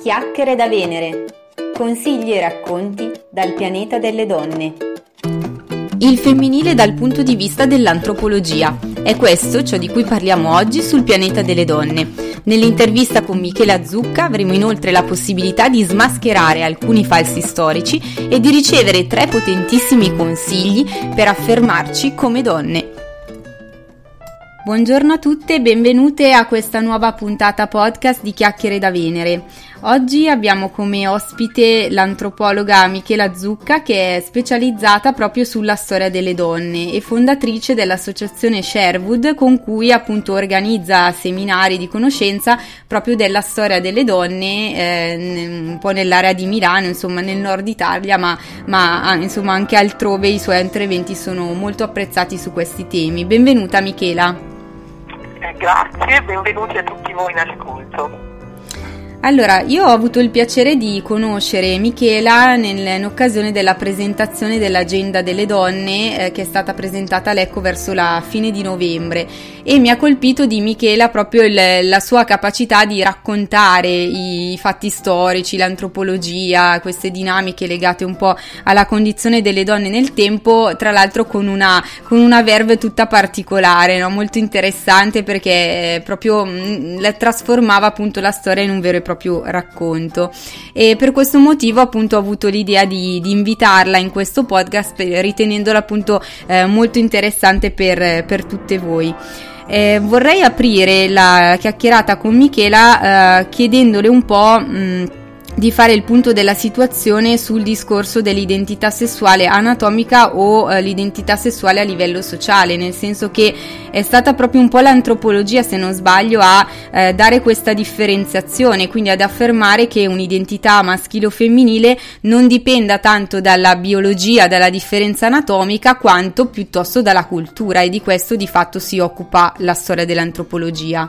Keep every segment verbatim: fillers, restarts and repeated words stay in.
Chiacchiere da Venere. Consigli e racconti dal pianeta delle donne. Il femminile dal punto di vista dell'antropologia. È questo ciò di cui parliamo oggi sul pianeta delle donne. Nell'intervista con Michela Zucca avremo inoltre la possibilità di smascherare alcuni falsi storici e di ricevere tre potentissimi consigli per affermarci come donne. Buongiorno a tutte e benvenute a questa nuova puntata podcast di Chiacchiere da Venere. Oggi abbiamo come ospite l'antropologa Michela Zucca, che è specializzata proprio sulla storia delle donne e fondatrice dell'associazione Sherwood, con cui appunto organizza seminari di conoscenza proprio della storia delle donne eh, un po' nell'area di Milano, insomma nel nord Italia, ma, ma insomma anche altrove i suoi interventi sono molto apprezzati su questi temi. Benvenuta Michela. Grazie, benvenuti a tutti voi in ascolto. Allora, io ho avuto il piacere di conoscere Michela nel, in occasione della presentazione dell'Agenda delle Donne eh, che è stata presentata all'Ecco verso la fine di novembre, e mi ha colpito di Michela proprio il, la sua capacità di raccontare i, i fatti storici, l'antropologia, queste dinamiche legate un po' alla condizione delle donne nel tempo, tra l'altro con una, con una verve tutta particolare, no? Molto interessante, perché eh, proprio mh, la trasformava appunto la storia in un vero e proprio racconto, e per questo motivo appunto ho avuto l'idea di, di invitarla in questo podcast, per, ritenendola appunto eh, molto interessante per, per tutte voi. Eh, vorrei aprire la chiacchierata con Michela eh, chiedendole un po' mh, di fare il punto della situazione sul discorso dell'identità sessuale anatomica o eh, l'identità sessuale a livello sociale, nel senso che è stata proprio un po' l'antropologia, se non sbaglio, a eh, dare questa differenziazione, quindi ad affermare che un'identità maschile o femminile non dipenda tanto dalla biologia, dalla differenza anatomica, quanto piuttosto dalla cultura, e di questo di fatto si occupa la storia dell'antropologia.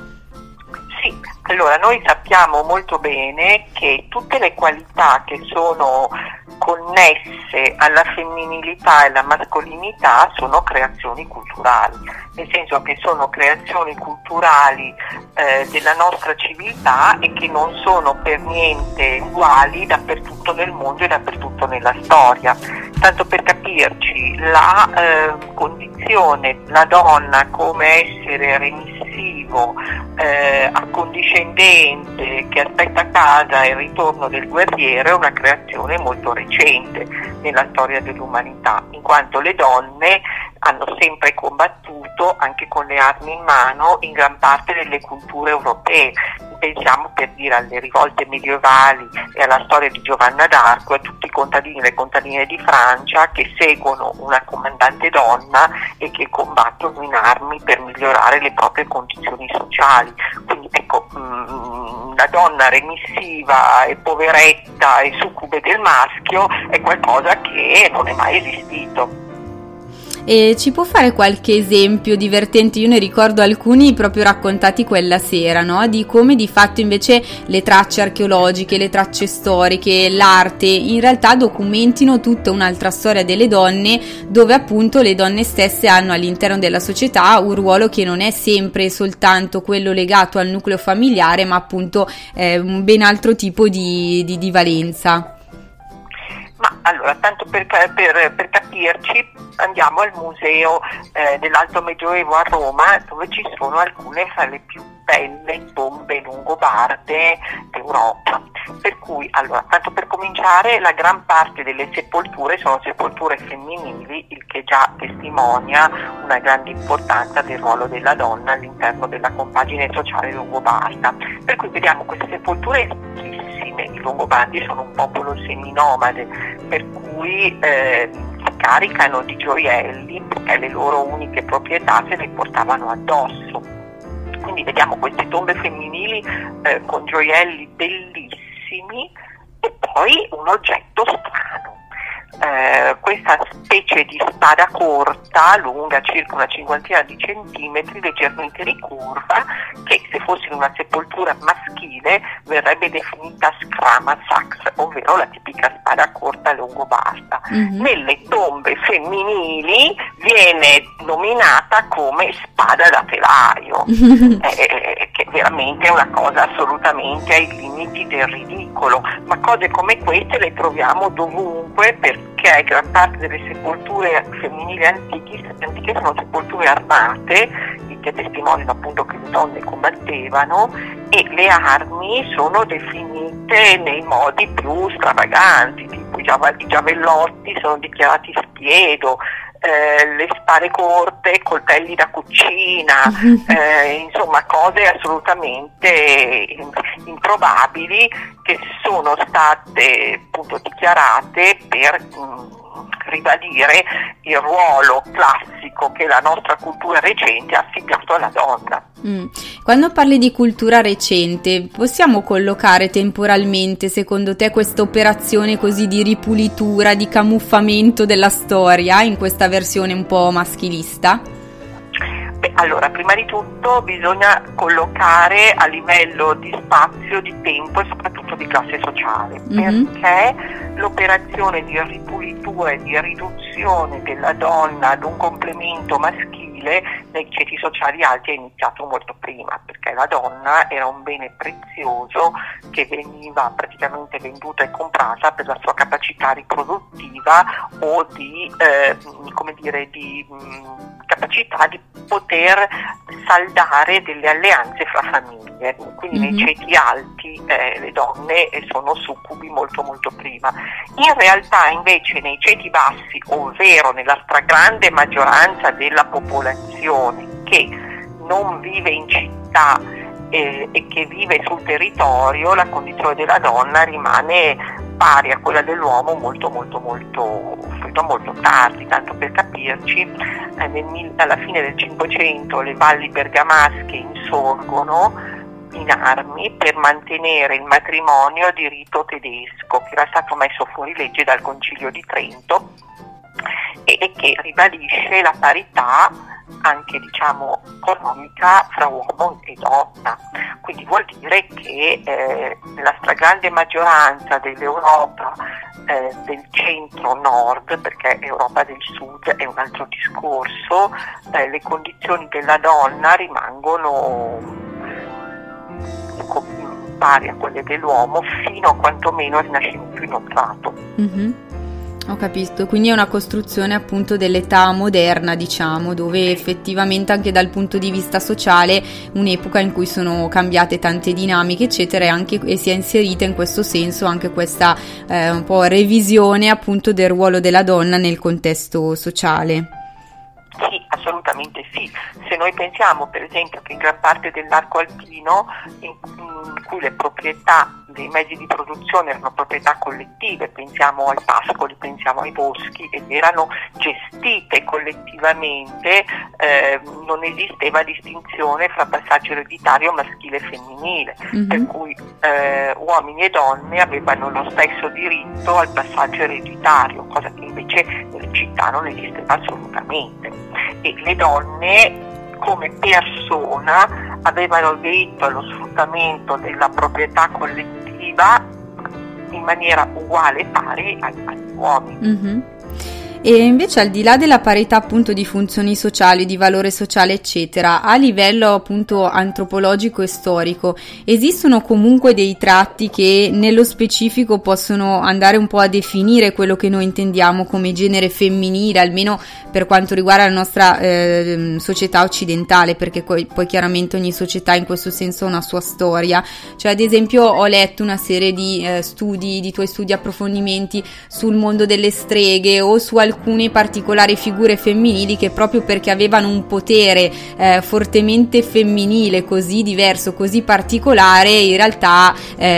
Sì. Allora, noi sappiamo molto bene che tutte le qualità che sono connesse alla femminilità e alla mascolinità sono creazioni culturali, nel senso che sono creazioni culturali eh, della nostra civiltà e che non sono per niente uguali dappertutto nel mondo e dappertutto nella storia. Tanto per capirci, la eh, condizione, la donna come essere remissivo, eh, accondiscendente, che aspetta a casa il ritorno del guerriero, è una creazione molto recente nella storia dell'umanità, in quanto le donne hanno sempre combattuto, anche con le armi in mano, in gran parte delle culture europee. Pensiamo, per dire, alle rivolte medievali e alla storia di Giovanna d'Arco, a tutti i contadini e le contadine di Francia che seguono una comandante donna e che combattono in armi per migliorare le proprie condizioni sociali. Quindi ecco, mh, la donna remissiva e poveretta e succube del maschio è qualcosa che non è mai esistito. E ci può fare qualche esempio divertente? Io ne ricordo alcuni proprio raccontati quella sera, no? Di come di fatto invece le tracce archeologiche, le tracce storiche, l'arte in realtà documentino tutta un'altra storia delle donne, dove appunto le donne stesse hanno all'interno della società un ruolo che non è sempre soltanto quello legato al nucleo familiare, ma appunto eh, un ben altro tipo di, di, di valenza. Ma allora, tanto per, per, per capirci, andiamo al museo eh, dell'Alto Medioevo a Roma, dove ci sono alcune fra le più belle tombe longobarde d'Europa. Per cui, allora, tanto per cominciare, la gran parte delle sepolture sono sepolture femminili, il che già testimonia una grande importanza del ruolo della donna all'interno della compagine sociale longobarda. Per cui vediamo queste sepolture ricchissime. I longobardi sono un popolo seminomade, per cui eh, si caricano di gioielli, perché le loro uniche proprietà se le portavano addosso. Quindi vediamo queste tombe femminili eh, con gioielli bellissimi e poi un oggetto strano. Eh, questa specie di spada corta, lunga circa una cinquantina di centimetri, leggermente ricurva, che se fosse in una sepoltura maschile verrebbe definita scrama sax, ovvero la tipica spada corta longobarda. Mm-hmm. Nelle tombe femminili viene nominata come spada da telaio, eh, che veramente è una cosa assolutamente ai limiti del ridicolo, ma cose come queste le troviamo dovunque, perché gran parte delle sepolture femminili antiche, antiche sono sepolture armate che testimoniano appunto che le donne combattevano, e le armi sono definite nei modi più stravaganti, tipo i, giav- i giavellotti sono dichiarati spiedo, eh, le spade corte, coltelli da cucina, eh, insomma cose assolutamente improbabili che sono state appunto dichiarate per mh, ribadire il ruolo classico che la nostra cultura recente ha assegnato alla donna. Mm. Quando parli di cultura recente, possiamo collocare temporalmente, secondo te, questa operazione così di ripulitura, di camuffamento della storia in questa versione un po' maschilista? Beh, allora, prima di tutto bisogna collocare a livello di spazio, di tempo e soprattutto di classe sociale, mm-hmm. perché l'operazione di ripulitura e di riduzione della donna ad un complemento maschile nei ceti sociali alti è iniziato molto prima, perché la donna era un bene prezioso che veniva praticamente venduta e comprata per la sua capacità riproduttiva o di, eh, come dire, di mh, capacità di poter saldare delle alleanze fra famiglie, quindi mm-hmm. nei ceti alti eh, le donne sono succubi molto molto prima. In realtà invece nei ceti bassi, ovvero nella stragrande maggioranza della popolazione che non vive in città eh, e che vive sul territorio, la condizione della donna rimane pari a quella dell'uomo molto molto molto fino a molto tardi. Tanto per capirci, eh, nel, alla fine del Cinquecento le valli bergamasche insorgono in armi per mantenere il matrimonio di rito tedesco, che era stato messo fuori legge dal Concilio di Trento e, e che ribadisce la parità anche diciamo economica fra uomo e donna. Quindi vuol dire che eh, la stragrande maggioranza dell'Europa eh, del centro-nord, perché Europa del sud è un altro discorso, eh, le condizioni della donna rimangono pari a quelle dell'uomo fino a quantomeno al rinascimento inoltrato. Mm-hmm. Ho capito, quindi è una costruzione appunto dell'età moderna, diciamo, dove effettivamente anche dal punto di vista sociale un'epoca in cui sono cambiate tante dinamiche eccetera, e anche e si è inserita in questo senso anche questa eh, un po' revisione appunto del ruolo della donna nel contesto sociale. Sì, assolutamente sì. Se noi pensiamo per esempio che in gran parte dell'arco alpino in, in cui le proprietà dei mezzi di produzione erano proprietà collettive, pensiamo ai pascoli, pensiamo ai boschi, ed erano gestite collettivamente, eh, non esisteva distinzione fra passaggio ereditario maschile e femminile, mm-hmm. per cui eh, uomini e donne avevano lo stesso diritto al passaggio ereditario, cosa che invece nelle città non esisteva assolutamente. E le donne come persona avevano diritto allo sfruttamento della proprietà collettiva in maniera uguale e pari agli, agli uomini. Mm-hmm. E invece, al di là della parità appunto di funzioni sociali, di valore sociale eccetera, a livello appunto antropologico e storico, esistono comunque dei tratti che nello specifico possono andare un po' a definire quello che noi intendiamo come genere femminile, almeno per quanto riguarda la nostra eh, società occidentale, perché poi, poi chiaramente ogni società in questo senso ha una sua storia. Cioè, ad esempio, ho letto una serie di eh, studi, di tuoi studi, approfondimenti sul mondo delle streghe o su alcune particolari figure femminili che, proprio perché avevano un potere eh, fortemente femminile, così diverso, così particolare, in realtà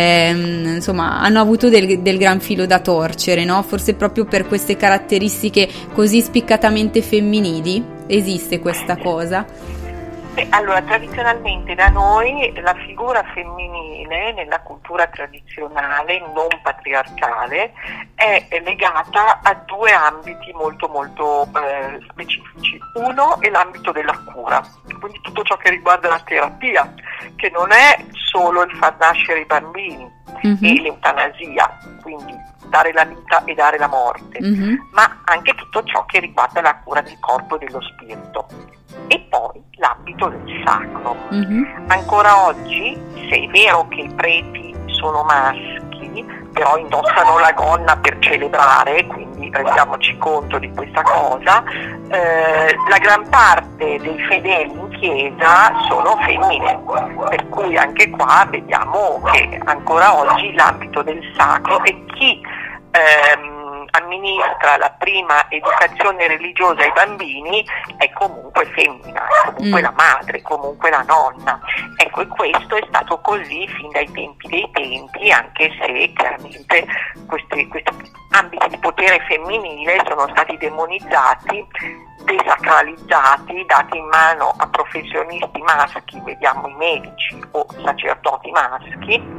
ehm, insomma hanno avuto del, del gran filo da torcere, no? Forse proprio per queste caratteristiche così spiccatamente femminili. Esiste questa cosa? Beh, allora, tradizionalmente da noi la figura femminile nella cultura tradizionale non patriarcale è legata a due ambiti molto molto eh, specifici. Uno è l'ambito della cura, quindi tutto ciò che riguarda la terapia, che non è solo il far nascere i bambini, mm-hmm. e l'eutanasia, quindi dare la vita e dare la morte, mm-hmm. ma anche tutto ciò che riguarda la cura del corpo e dello spirito. E poi l'ambito del sacro. Mm-hmm. Ancora oggi, se è vero che i preti sono maschi, però indossano la gonna per celebrare, quindi rendiamoci conto di questa cosa, eh, la gran parte dei fedeli in chiesa sono femmine, per cui anche qua vediamo che ancora oggi l'ambito del sacro e chi ehm, amministra la prima educazione religiosa ai bambini è comunque femmina, è comunque mm. la madre, comunque la nonna. Ecco, e questo è stato così fin dai tempi dei tempi, anche se chiaramente questi, questi ambiti di potere femminile sono stati demonizzati, desacralizzati, dati in mano a professionisti maschi, vediamo i medici o sacerdoti maschi,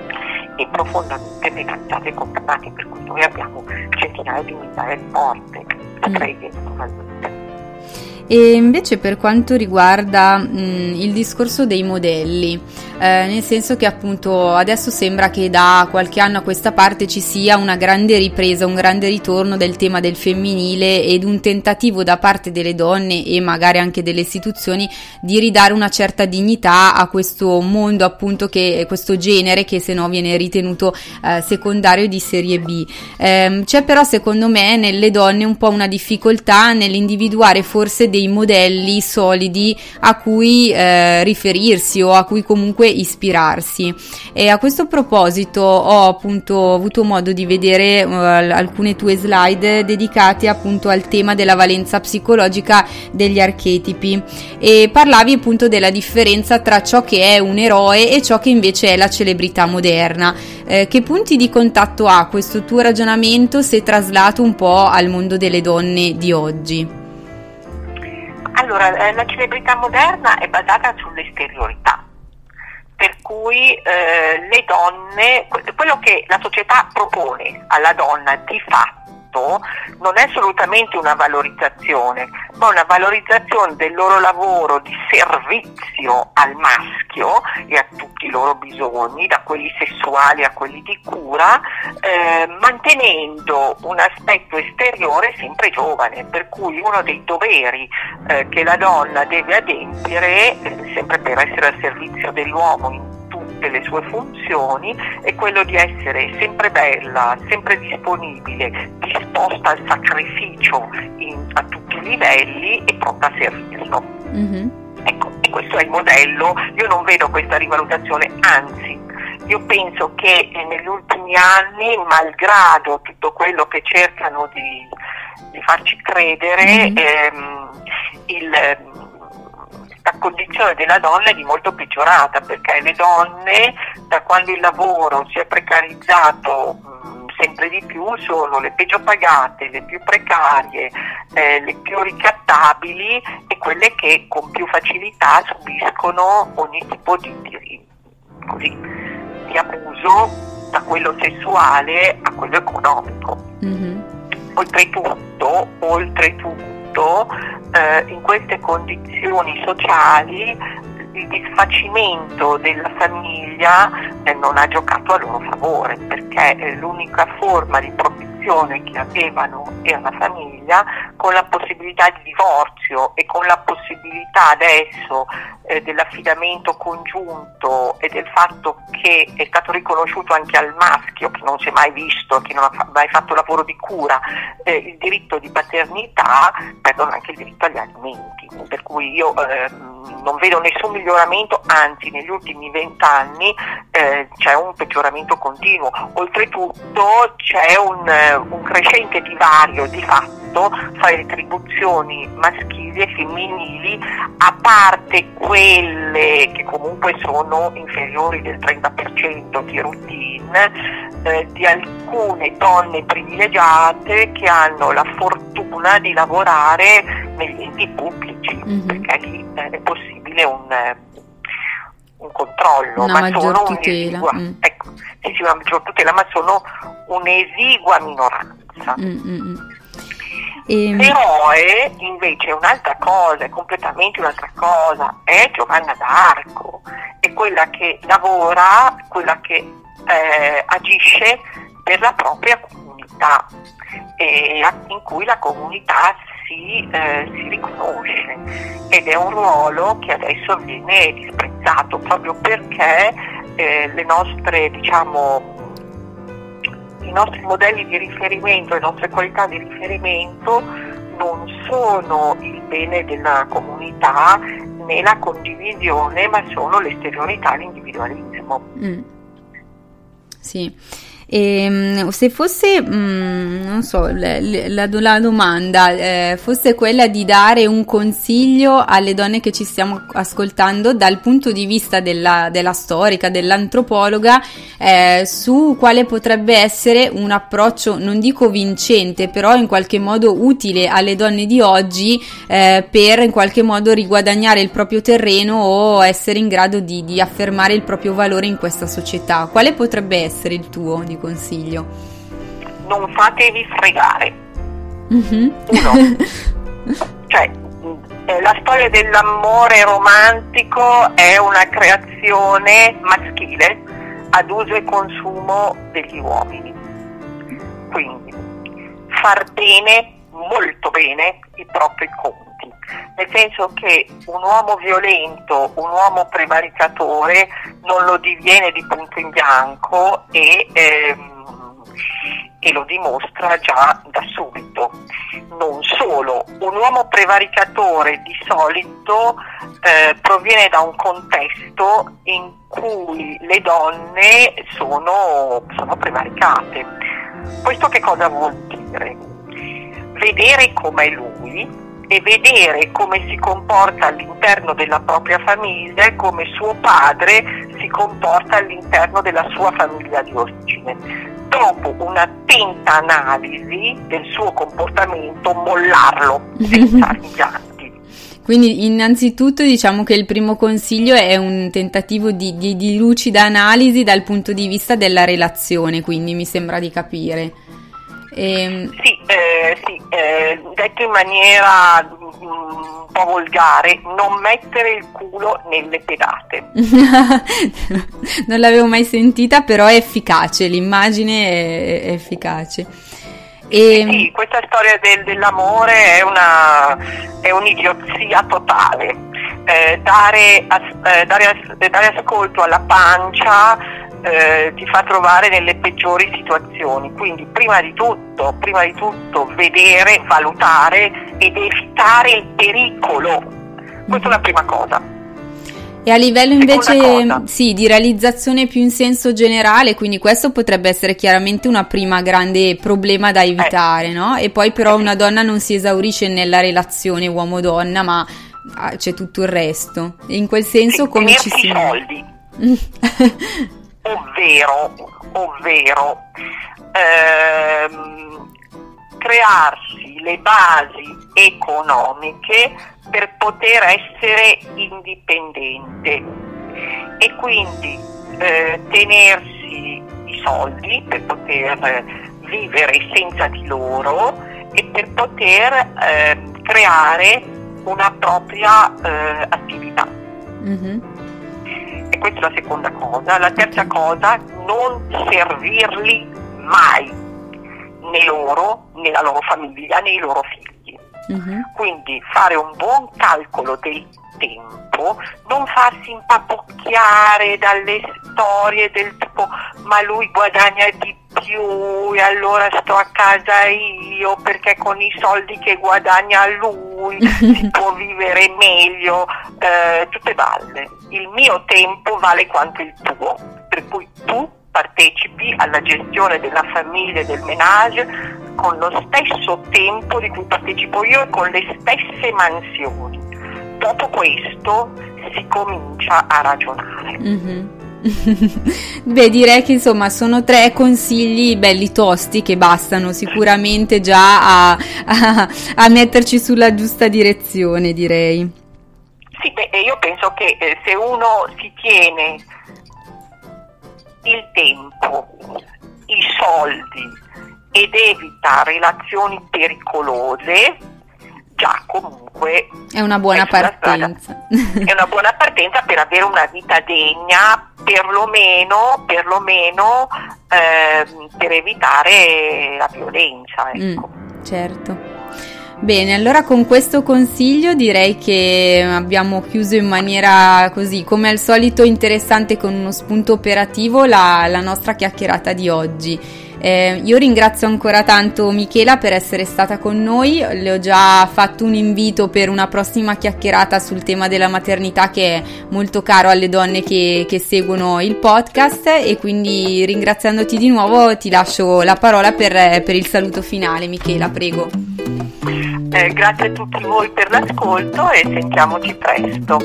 e profondamente penalizzati e condannati, per cui noi abbiamo centinaia di migliaia di morti, streghe naturalmente. E invece per quanto riguarda mh, il discorso dei modelli, eh, nel senso che appunto adesso sembra che da qualche anno a questa parte ci sia una grande ripresa, un grande ritorno del tema del femminile ed un tentativo da parte delle donne e magari anche delle istituzioni di ridare una certa dignità a questo mondo, appunto, che questo genere che se no viene ritenuto eh, secondario di serie B. Eh, c'è però secondo me nelle donne un po' una difficoltà nell'individuare forse dei modelli solidi a cui eh, riferirsi o a cui comunque ispirarsi. E a questo proposito ho appunto avuto modo di vedere uh, alcune tue slide dedicate appunto al tema della valenza psicologica degli archetipi e parlavi appunto della differenza tra ciò che è un eroe e ciò che invece è la celebrità moderna. Eh, che punti di contatto ha questo tuo ragionamento se traslato un po' al mondo delle donne di oggi? Allora, eh, la celebrità moderna è basata sull'esteriorità, per cui eh, le donne, quello che la società propone alla donna di fatto non è assolutamente una valorizzazione, ma una valorizzazione del loro lavoro di servizio al maschio e a tutti i loro bisogni, da quelli sessuali a quelli di cura, eh, mantenendo un aspetto esteriore sempre giovane, per cui uno dei doveri eh, che la donna deve adempiere, eh, sempre per essere al servizio dell'uomo in tutte le sue funzioni, è quello di essere sempre bella, sempre disponibile, disposta al sacrificio in, a tutti i livelli e pronta a servirlo. Mm-hmm. Ecco, e questo è il modello. Io non vedo questa rivalutazione, anzi io penso che negli ultimi anni, malgrado tutto quello che cercano di, di farci credere, mm-hmm. ehm, il la condizione della donna è di molto peggiorata, perché le donne, da quando il lavoro si è precarizzato mh, sempre di più, sono le peggio pagate, le più precarie, eh, le più ricattabili e quelle che con più facilità subiscono ogni tipo di, di, così, di abuso, da quello sessuale a quello economico. Mm-hmm. Oltretutto, oltretutto Eh, in queste condizioni sociali il disfacimento della famiglia eh, non ha giocato a loro favore, perché eh, l'unica forma di protezione che avevano era la famiglia, con la possibilità di divorzio e con la possibilità adesso eh, dell'affidamento congiunto e del fatto che è stato riconosciuto anche al maschio, che non si è mai visto, che non ha fa- mai fatto lavoro di cura, eh, il diritto di paternità, perdono anche il diritto agli alimenti, per cui io eh, non vedo nessun miglioramento, anzi negli ultimi vent'anni eh, c'è un peggioramento continuo. Oltretutto c'è un, un crescente divario di fatto fra le retribuzioni maschili e femminili, a parte quelle che comunque sono inferiori del trenta per cento di routine, eh, di alcune donne privilegiate che hanno la fortuna di lavorare negli enti pubblici, mm-hmm. perché lì eh, è possibile un, un controllo, una ma maggior sono tutela. un'esigua, mm. ecco, sì, sì, una maggior tutela, ma sono un'esigua minoranza. Mm-hmm. E... L'eroe invece è un'altra cosa, è completamente un'altra cosa, è Giovanna d'Arco, è quella che lavora, quella che eh, agisce per la propria comunità e in cui la comunità si, eh, si riconosce, ed è un ruolo che adesso viene disprezzato proprio perché eh, le nostre, diciamo, i nostri modelli di riferimento, le nostre qualità di riferimento non sono il bene della comunità né la condivisione, ma sono l'esteriorità, l'individualismo. Mm. Sì. E, se fosse, mh, non so, la, la, la domanda eh, fosse quella di dare un consiglio alle donne che ci stiamo ascoltando dal punto di vista della, della storica, dell'antropologa, eh, su quale potrebbe essere un approccio, non dico vincente, però in qualche modo utile alle donne di oggi eh, per in qualche modo riguadagnare il proprio terreno o essere in grado di, di affermare il proprio valore in questa società, quale potrebbe essere il tuo di consiglio? Non fatevi fregare. Mm-hmm. Uno, cioè eh, la storia dell'amore romantico è una creazione maschile ad uso e consumo degli uomini, quindi far bene, molto bene, i propri conti, nel senso che un uomo violento, un uomo prevaricatore non lo diviene di punto in bianco e, ehm, e lo dimostra già da subito. Non solo, un uomo prevaricatore di solito eh, proviene da un contesto in cui le donne sono, sono prevaricate. Questo che cosa vuol dire? Vedere com'è lui e vedere come si comporta all'interno della propria famiglia e come suo padre si comporta all'interno della sua famiglia di origine. Dopo un'attenta analisi del suo comportamento, mollarlo senza rimpianti. Quindi innanzitutto diciamo che il primo consiglio è un tentativo di, di, di lucida analisi dal punto di vista della relazione, quindi mi sembra di capire. E... Sì, eh, sì eh, detto in maniera mh, un po' volgare, non mettere il culo nelle pedate. Non l'avevo mai sentita, però è efficace, l'immagine è, è efficace. E... Sì, questa storia del, dell'amore è una è un'idiozia totale. Eh, dare, as, eh, dare, as, dare ascolto alla pancia Eh, ti fa trovare nelle peggiori situazioni, quindi prima di tutto prima di tutto vedere, valutare ed evitare il pericolo. Questa è la prima cosa. E a livello invece sì, di realizzazione più in senso generale, quindi questo potrebbe essere chiaramente una prima grande problema da evitare, eh. no? E poi però una donna non si esaurisce nella relazione uomo-donna, ma c'è tutto il resto, e in quel senso sì, come ci si soldi ovvero, ovvero ehm, crearsi le basi economiche per poter essere indipendente e quindi eh, tenersi i soldi per poter vivere senza di loro e per poter eh, creare una propria eh, attività. Mm-hmm. E questa è la seconda cosa. La terza cosa, non servirli mai, né loro, né la loro famiglia, né i loro figli. Mm-hmm. Quindi fare un buon calcolo del tempo, non farsi impapocchiare dalle storie del tipo ma lui guadagna di più e allora sto a casa io perché con i soldi che guadagna lui si può vivere meglio, eh, tutte balle. Il mio tempo vale quanto il tuo, per cui tu partecipi alla gestione della famiglia e del ménage con lo stesso tempo di cui partecipo io e con le stesse mansioni. Dopo questo si comincia a ragionare. Mm-hmm. Beh, direi che insomma sono tre consigli belli tosti che bastano sicuramente già a, a, a metterci sulla giusta direzione, direi. Sì, beh, io penso che eh, se uno si tiene il tempo, i soldi ed evita relazioni pericolose, già comunque è una buona partenza. È una buona partenza per avere una vita degna, perlomeno, perlomeno eh, per evitare la violenza, ecco. Mm, certo. Bene, allora con questo consiglio direi che abbiamo chiuso in maniera così, come al solito interessante, con uno spunto operativo, la, la nostra chiacchierata di oggi. Eh, io ringrazio ancora tanto Michela per essere stata con noi, le ho già fatto un invito per una prossima chiacchierata sul tema della maternità, che è molto caro alle donne che, che seguono il podcast, e quindi ringraziandoti di nuovo ti lascio la parola per, per il saluto finale. Michela, prego. Eh, grazie a tutti voi per l'ascolto e sentiamoci presto.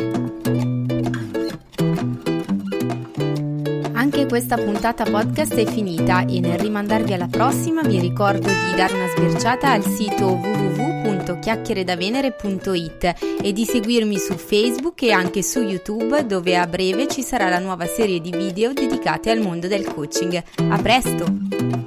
Anche questa puntata podcast è finita, e nel rimandarvi alla prossima vi ricordo di dare una sbirciata al sito w w w punto chiacchieredavenere punto i t e di seguirmi su Facebook e anche su YouTube, dove a breve ci sarà la nuova serie di video dedicate al mondo del coaching. A presto!